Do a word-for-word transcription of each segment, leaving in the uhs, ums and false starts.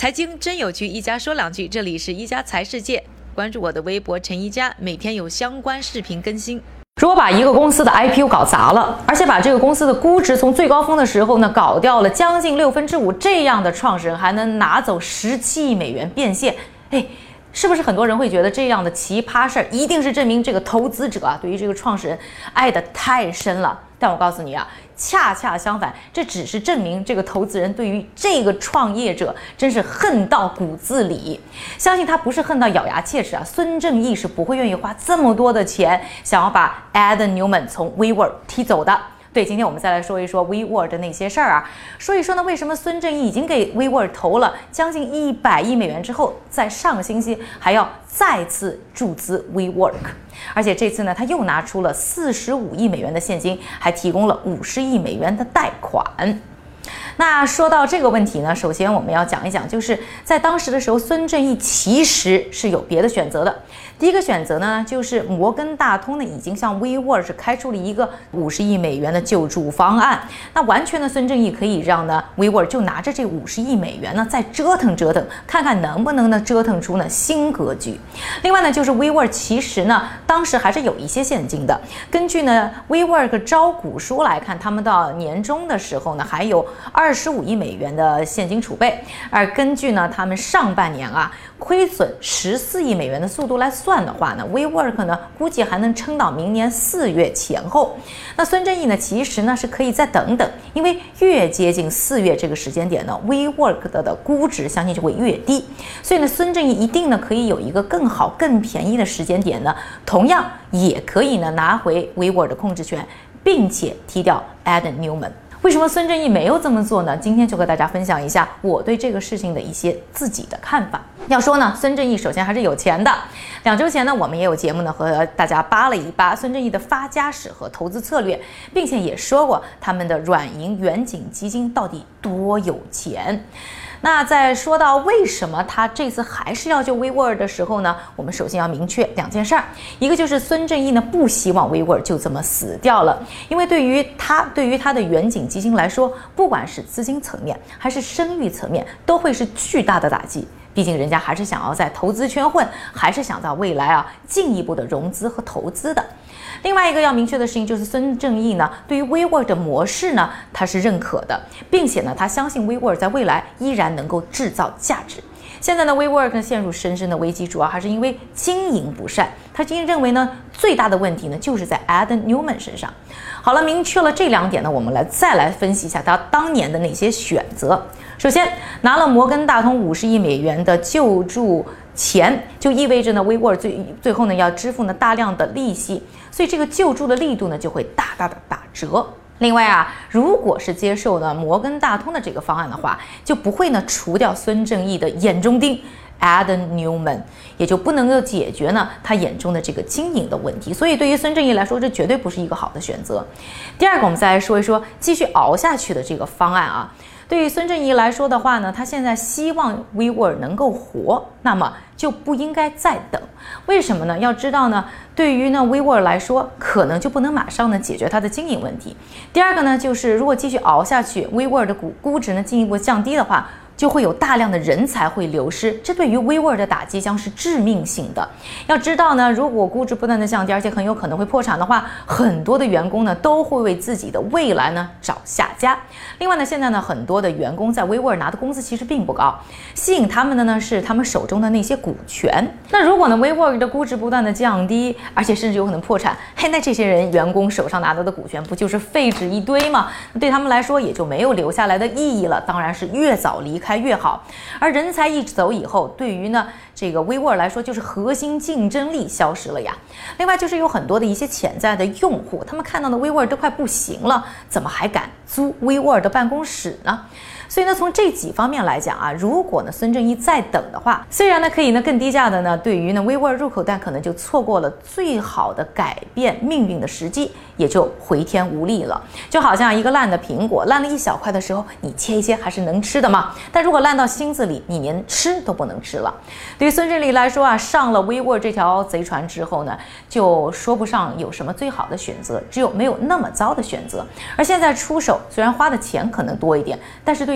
财经真有趣，一家说两句。这里是一家财世界，关注我的微博陈一家，每天有相关视频更新。 如果把一个公司的 I P O 搞砸了，而且把这个公司的估值从最高峰的时候呢搞掉了将近六分之五，这样的创始人还能拿走十七亿美元变现，哎，是不是很多人会觉得这样的奇葩事儿一定是证明这个投资者啊对于这个创始人爱得太深了？但我告诉你啊，恰恰相反，这只是证明这个投资人对于这个创业者真是恨到骨子里。相信他不是恨到咬牙切齿啊，孙正义是不会愿意花这么多的钱想要把 Adam Neumann 从 WeWork 踢走的。对，今天我们再来说一说 WeWork 的那些事儿啊，说一说呢，为什么孙正义已经给 WeWork 投了将近一百亿美元之后，在上个星期还要再次注资 WeWork， 而且这次呢，他又拿出了四十五亿美元的现金，还提供了五十亿美元的贷款。那说到这个问题呢，首先我们要讲一讲，就是在当时的时候，孙正义其实是有别的选择的。第一个选择呢，就是摩根大通呢已经向 WeWork 开出了一个五十亿美元的救助方案。那完全的孙正义可以让呢 WeWork 就拿着这五十亿美元呢再折腾折腾，看看能不能呢折腾出呢新格局。另外呢，就是 WeWork 其实呢当时还是有一些现金的。根据呢 WeWork 招股书来看，他们到年终的时候呢还有二十五亿美元的现金储备，而根据呢他们上半年啊亏损十四亿美元的速度来算的话呢 ，WeWork 呢估计还能撑到明年四月前后。那孙正义呢其实呢是可以再等等，因为越接近四月这个时间点呢 ，WeWork 的的估值相信就会越低，所以呢孙正义一定呢可以有一个更好、更便宜的时间点呢，同样也可以呢拿回 WeWork 的控制权，并且踢掉 Adam Neumann。为什么孙正义没有这么做呢？今天就和大家分享一下我对这个事情的一些自己的看法。要说呢，孙正义首先还是有钱的。两周前呢，我们也有节目呢和大家扒了一扒孙正义的发家史和投资策略，并且也说过他们的软银远景基金到底多有钱。那在说到为什么他这次还是要救 WeWork 的时候呢，我们首先要明确两件事儿，一个就是孙正义呢不希望 WeWork 就这么死掉了，因为对于他对于他的远景基金来说，不管是资金层面还是声誉层面，都会是巨大的打击。毕竟人家还是想要在投资圈混，还是想在未来啊进一步的融资和投资的。另外一个要明确的事情就是孙正义呢对于 WeWork 的模式呢他是认可的，并且呢他相信 WeWork 在未来依然能够制造价值。现在呢 WeWork 呢陷入深深的危机，主要还是因为经营不善。他今天认为呢最大的问题呢就是在 Adam Neumann 身上。好了，明确了这两点呢，我们来再来分析一下他当年的那些选择。首先，拿了摩根大通五十亿美元的救助钱，就意味着呢 WeWork 最最后呢要支付呢大量的利息，所以这个救助的力度呢就会大大的打折。另外啊，如果是接受呢摩根大通的这个方案的话，就不会呢除掉孙正义的眼中钉 Adam Neumann， 也就不能够解决呢他眼中的这个经营的问题。所以对于孙正义来说，这绝对不是一个好的选择。第二个，我们再来说一说继续熬下去的这个方案啊。对于孙正义来说的话呢，他现在希望 WeWork 能够活，那么就不应该再等。为什么呢？要知道呢，对于呢 WeWork 来说，可能就不能马上呢解决它的经营问题。第二个呢，就是如果继续熬下去 ，WeWork 的估估值呢进一步降低的话，就会有大量的人才会流失，这对于 WeWork 的打击将是致命性的。要知道呢，如果估值不断的降低，而且很有可能会破产的话，很多的员工呢都会为自己的未来呢找下家。另外呢，现在呢很多的员工在 WeWork 拿的工资其实并不高，吸引他们的呢是他们手中的那些股权。那如果呢 WeWork 的估值不断的降低，而且甚至有可能破产，嘿，那这些人员工手上拿到的股权不就是废纸一堆吗？对他们来说也就没有留下来的意义了，当然是越早离开越好。而人才一走以后，对于呢这个 WeWork 来说，就是核心竞争力消失了呀。另外就是有很多的一些潜在的用户，他们看到的 WeWork 都快不行了，怎么还敢租 WeWork 的办公室呢？所以呢，从这几方面来讲啊，如果呢孙正义再等的话，虽然呢可以呢更低价的呢对于呢 WeWork 入口，但可能就错过了最好的改变命运的时机，也就回天无力了。就好像一个烂的苹果，烂了一小块的时候，你切一切还是能吃的嘛。但如果烂到心子里，你连吃都不能吃了。对于孙正义来说啊，上了 WeWork 这条贼船之后呢，就说不上有什么最好的选择，只有没有那么糟的选择。而现在出手，虽然花的钱可能多一点，但是对于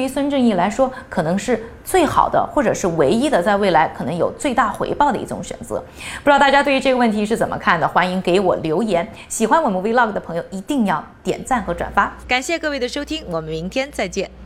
于孙正义来说，可能是最好的，或者是唯一的，在未来可能有最大回报的一种选择。不知道大家对于这个问题是怎么看的？欢迎给我留言。喜欢我们 Vlog 的朋友一定要点赞和转发。 感谢各位的收听，我们明天再见。